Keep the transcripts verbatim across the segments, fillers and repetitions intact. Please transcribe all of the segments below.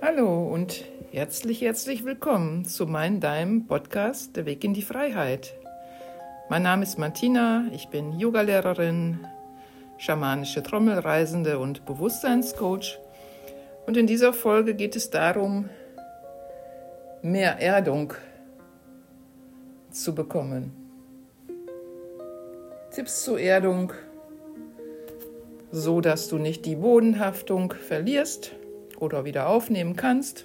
Hallo und herzlich, herzlich willkommen zu meinem, deinem Podcast Der Weg in die Freiheit. Mein Name ist Martina, ich bin Yogalehrerin, schamanische Trommelreisende und Bewusstseinscoach. Und in dieser Folge geht es darum, mehr Erdung zu bekommen. Tipps zur Erdung, so dass du nicht die Bodenhaftung verlierst oder wieder aufnehmen kannst.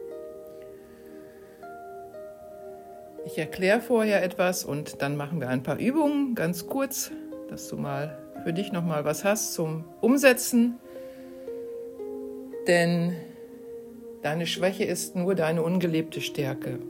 Ich erkläre vorher etwas und dann machen wir ein paar Übungen, ganz kurz, dass du mal für dich nochmal was hast zum Umsetzen. Denn deine Schwäche ist nur deine ungelebte Stärke.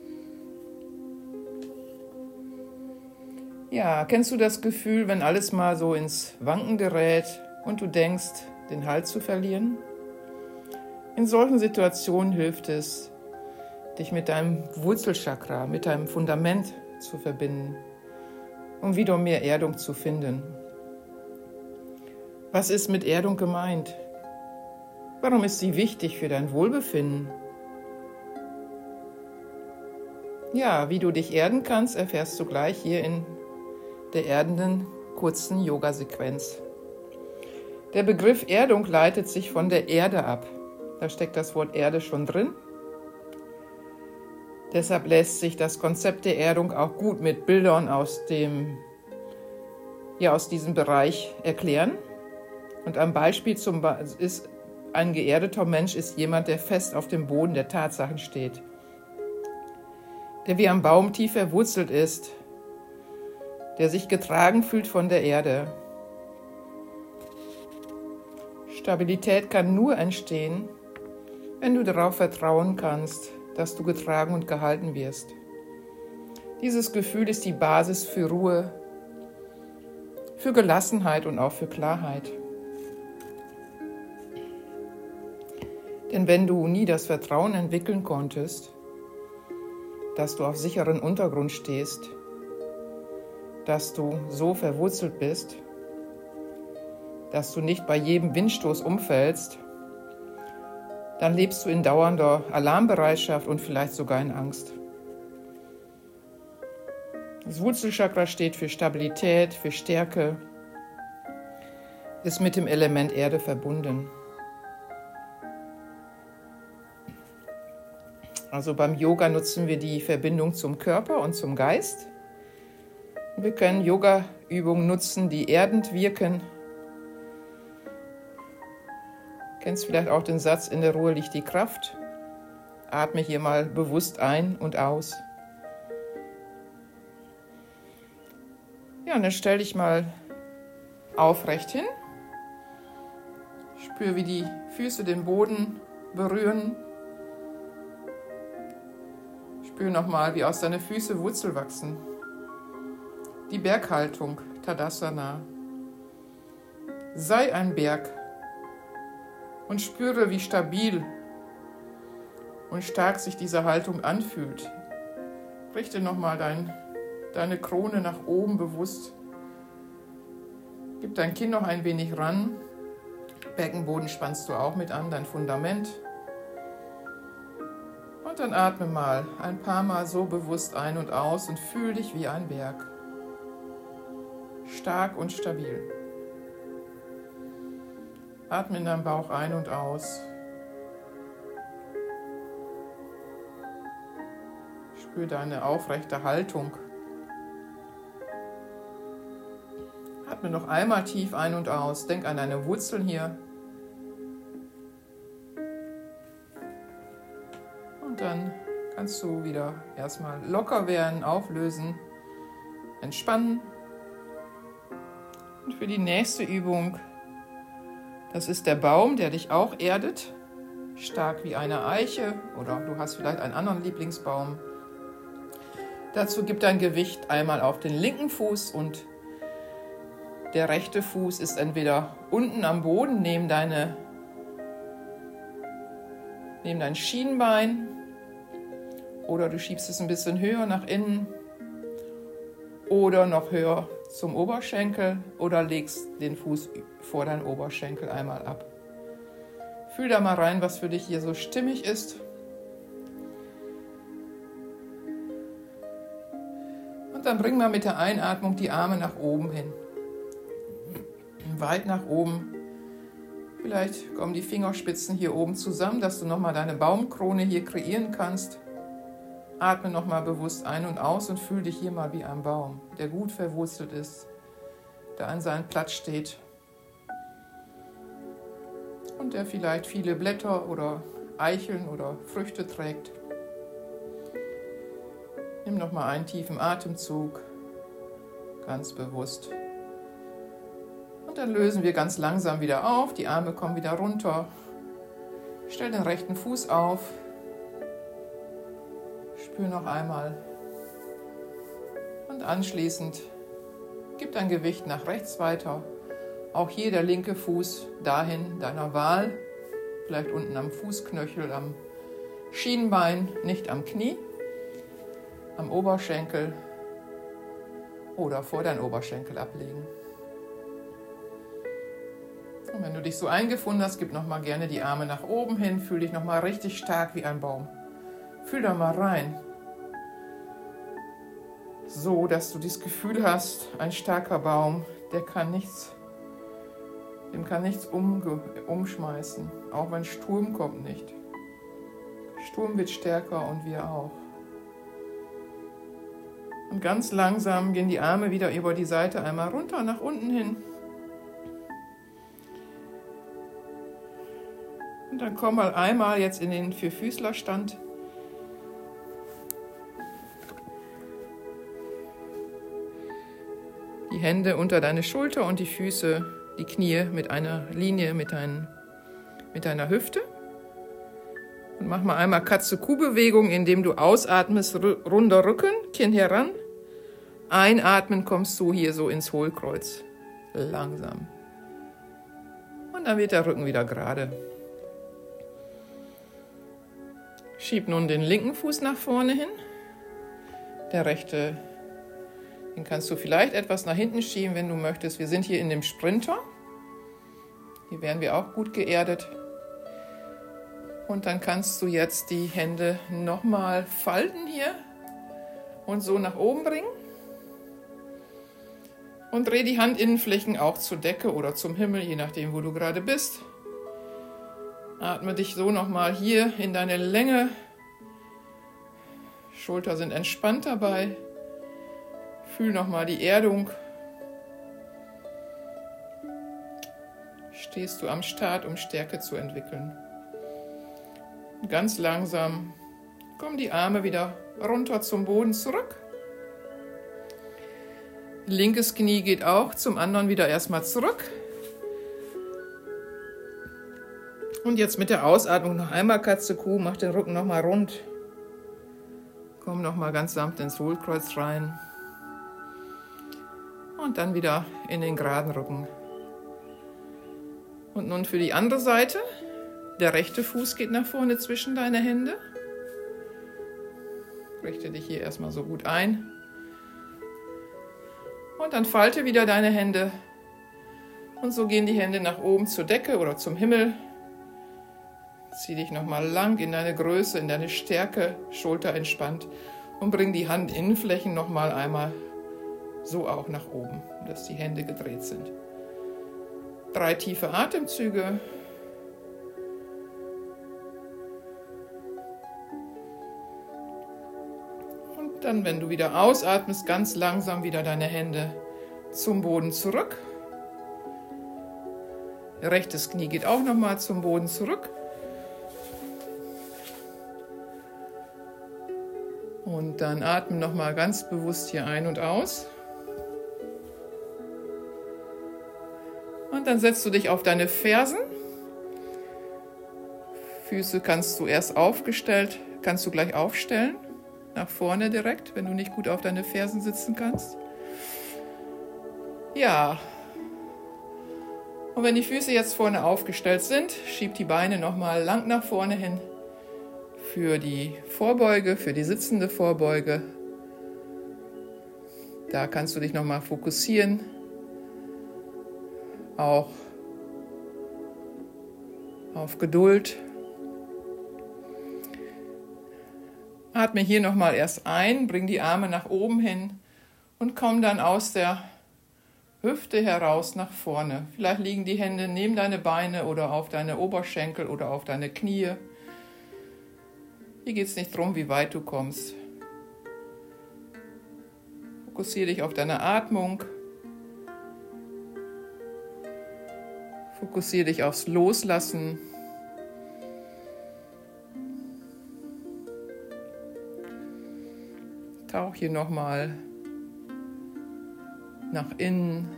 Ja, kennst du das Gefühl, wenn alles mal so ins Wanken gerät und du denkst, den Halt zu verlieren? In solchen Situationen hilft es, dich mit deinem Wurzelchakra, mit deinem Fundament zu verbinden, um wieder mehr Erdung zu finden. Was ist mit Erdung gemeint? Warum ist sie wichtig für dein Wohlbefinden? Ja, wie du dich erden kannst, erfährst du gleich hier in der erdenden kurzen Yoga-Sequenz. Der Begriff Erdung leitet sich von der Erde ab. Da steckt das Wort Erde schon drin. Deshalb lässt sich das Konzept der Erdung auch gut mit Bildern aus dem, ja, aus diesem Bereich erklären. Und ein Beispiel zum Be- ist, ein geerdeter Mensch ist jemand, der fest auf dem Boden der Tatsachen steht, der wie ein Baum tief verwurzelt ist, der sich getragen fühlt von der Erde. Stabilität kann nur entstehen, wenn du darauf vertrauen kannst, dass du getragen und gehalten wirst. Dieses Gefühl ist die Basis für Ruhe, für Gelassenheit und auch für Klarheit. Denn wenn du nie das Vertrauen entwickeln konntest, dass du auf sicheren Untergrund stehst, dass du so verwurzelt bist, dass du nicht bei jedem Windstoß umfällst, dann lebst du in dauernder Alarmbereitschaft und vielleicht sogar in Angst. Das Wurzelchakra steht für Stabilität, für Stärke, ist mit dem Element Erde verbunden. Also beim Yoga nutzen wir die Verbindung zum Körper und zum Geist. Wir können Yoga-Übungen nutzen, die erdend wirken. Du kennst vielleicht auch den Satz, in der Ruhe liegt die Kraft. Atme hier mal bewusst ein und aus. Ja, und dann stell dich mal aufrecht hin. Spür, wie die Füße den Boden berühren. Spür nochmal, wie aus deinen Füßen Wurzel wachsen. Die Berghaltung, Tadasana. Sei ein Berg. Und spüre, wie stabil und stark sich diese Haltung anfühlt. Richte nochmal dein, deine Krone nach oben bewusst. Gib dein Kinn noch ein wenig ran. Beckenboden spannst du auch mit an, dein Fundament. Und dann atme mal ein paar Mal so bewusst ein und aus und fühl dich wie ein Berg. Stark und stabil. Atme in deinen Bauch ein und aus. Spür deine aufrechte Haltung. Atme noch einmal tief ein und aus. Denk an deine Wurzeln hier. Und dann kannst du wieder erstmal locker werden, auflösen, entspannen. Und für die nächste Übung, das ist der Baum, der dich auch erdet, stark wie eine Eiche oder du hast vielleicht einen anderen Lieblingsbaum. Dazu gib dein Gewicht einmal auf den linken Fuß und der rechte Fuß ist entweder unten am Boden neben, deine, neben dein Schienbein oder du schiebst es ein bisschen höher nach innen oder noch höher zum Oberschenkel oder legst den Fuß vor deinen Oberschenkel einmal ab. Fühl da mal rein, was für dich hier so stimmig ist. Und dann bring mal mit der Einatmung die Arme nach oben hin. Weit nach oben. Vielleicht kommen die Fingerspitzen hier oben zusammen, dass du nochmal deine Baumkrone hier kreieren kannst. Atme nochmal bewusst ein und aus und fühl dich hier mal wie ein Baum, der gut verwurzelt ist, der an seinem Platz steht und der vielleicht viele Blätter oder Eicheln oder Früchte trägt. Nimm nochmal einen tiefen Atemzug, ganz bewusst. Und dann lösen wir ganz langsam wieder auf, die Arme kommen wieder runter. Stell den rechten Fuß auf. Spür noch einmal. Und anschließend gib dein Gewicht nach rechts weiter. Auch hier der linke Fuß dahin deiner Wahl. Vielleicht unten am Fußknöchel, am Schienbein, nicht am Knie, am Oberschenkel oder vor deinen Oberschenkel ablegen. Und wenn du dich so eingefunden hast, gib nochmal gerne die Arme nach oben hin. Fühl dich nochmal richtig stark wie ein Baum. Fühl da mal rein. So, dass du das Gefühl hast, ein starker Baum, der kann nichts, dem kann nichts umge- umschmeißen. Auch wenn Sturm kommt nicht. Sturm wird stärker und wir auch. Und ganz langsam gehen die Arme wieder über die Seite einmal runter, nach unten hin. Und dann komm mal einmal jetzt in den Vierfüßlerstand. Die Hände unter deine Schulter und die Füße, die Knie mit einer Linie mit, dein, mit deiner Hüfte. Und mach mal einmal Katze-Kuh-Bewegung, indem du ausatmest, runder Rücken, Kinn heran. Einatmen kommst du hier so ins Hohlkreuz. Langsam. Und dann wird der Rücken wieder gerade. Schieb nun den linken Fuß nach vorne hin. Der rechte, den kannst du vielleicht etwas nach hinten schieben, wenn du möchtest. Wir sind hier in dem Sprinter. Hier werden wir auch gut geerdet. Und dann kannst du jetzt die Hände nochmal falten hier und so nach oben bringen. Und dreh die Handinnenflächen auch zur Decke oder zum Himmel, je nachdem, wo du gerade bist. Atme dich so nochmal hier in deine Länge. Schulter sind entspannt dabei. Fühl nochmal die Erdung. Stehst du am Start, um Stärke zu entwickeln. Und ganz langsam kommen die Arme wieder runter zum Boden zurück. Linkes Knie geht auch zum anderen wieder erstmal zurück. Und jetzt mit der Ausatmung noch einmal Katze-Kuh, mach den Rücken nochmal rund. Komm nochmal ganz sanft ins Hohlkreuz rein. Und dann wieder in den geraden Rücken. Und nun für die andere Seite. Der rechte Fuß geht nach vorne zwischen deine Hände. Richte dich hier erstmal so gut ein. Und dann falte wieder deine Hände. Und so gehen die Hände nach oben zur Decke oder zum Himmel. Zieh dich nochmal lang in deine Größe, in deine Stärke, Schulter entspannt. Und bring die Handinnenflächen nochmal einmal so auch nach oben, dass die Hände gedreht sind. Drei tiefe Atemzüge. Und dann, wenn du wieder ausatmest, ganz langsam wieder deine Hände zum Boden zurück. Rechtes Knie geht auch nochmal zum Boden zurück. Und dann atme nochmal ganz bewusst hier ein und aus. Und dann setzt du dich auf deine Fersen. Füße kannst du erst aufgestellt, kannst du gleich aufstellen. Nach vorne direkt, wenn du nicht gut auf deine Fersen sitzen kannst. Ja. Und wenn die Füße jetzt vorne aufgestellt sind, schieb die Beine nochmal lang nach vorne hin. Für die Vorbeuge, für die sitzende Vorbeuge. Da kannst du dich nochmal fokussieren. Auch auf Geduld. Atme hier nochmal erst ein, bring die Arme nach oben hin und komm dann aus der Hüfte heraus nach vorne. Vielleicht liegen die Hände neben deine Beine oder auf deine Oberschenkel oder auf deine Knie. Hier geht es nicht darum, wie weit du kommst. Fokussiere dich auf deine Atmung. Fokussiere dich aufs Loslassen. Tauch hier nochmal nach innen.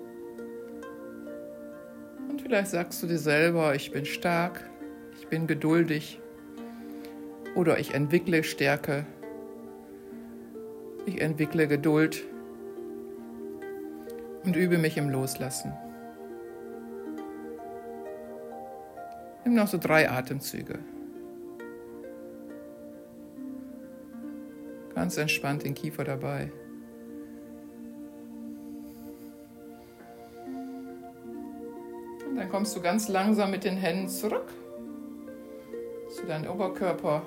Und vielleicht sagst du dir selber, ich bin stark, ich bin geduldig oder ich entwickle Stärke, ich entwickle Geduld und übe mich im Loslassen. Nimm noch so drei Atemzüge. Ganz entspannt den Kiefer dabei. Und dann kommst du ganz langsam mit den Händen zurück zu deinem Oberkörper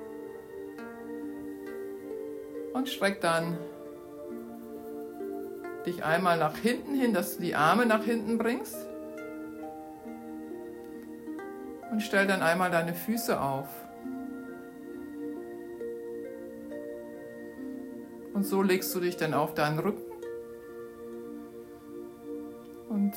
und streck dann dich einmal nach hinten hin, dass du die Arme nach hinten bringst. Und stell dann einmal deine Füße auf. Und so legst du dich dann auf deinen Rücken und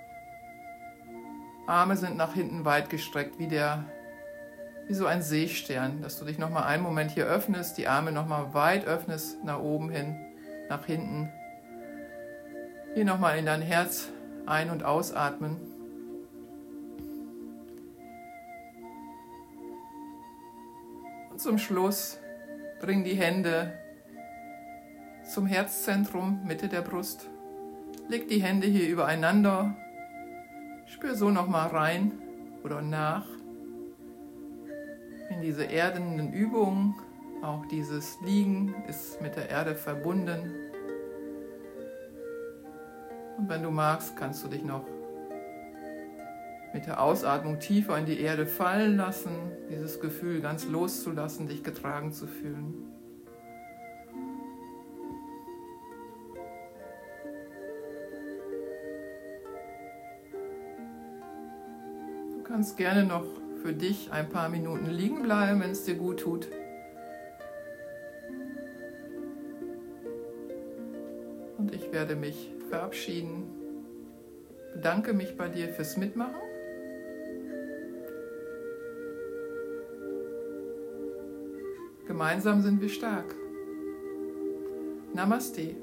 Arme sind nach hinten weit gestreckt, wie, der, wie so ein Seestern, dass du dich nochmal einen Moment hier öffnest, die Arme nochmal weit öffnest, nach oben hin, nach hinten. Hier nochmal in dein Herz ein- und ausatmen. Und zum Schluss bring die Hände zum Herzzentrum, Mitte der Brust. Leg die Hände hier übereinander. Spür so nochmal rein oder nach in diese erdenden Übungen. Auch dieses Liegen ist mit der Erde verbunden. Und wenn du magst, kannst du dich noch mit der Ausatmung tiefer in die Erde fallen lassen, dieses Gefühl ganz loszulassen, dich getragen zu fühlen. Du kannst gerne noch für dich ein paar Minuten liegen bleiben, wenn es dir gut tut. Und ich werde mich verabschieden. Bedanke mich bei dir fürs Mitmachen. Gemeinsam sind wir stark. Namaste.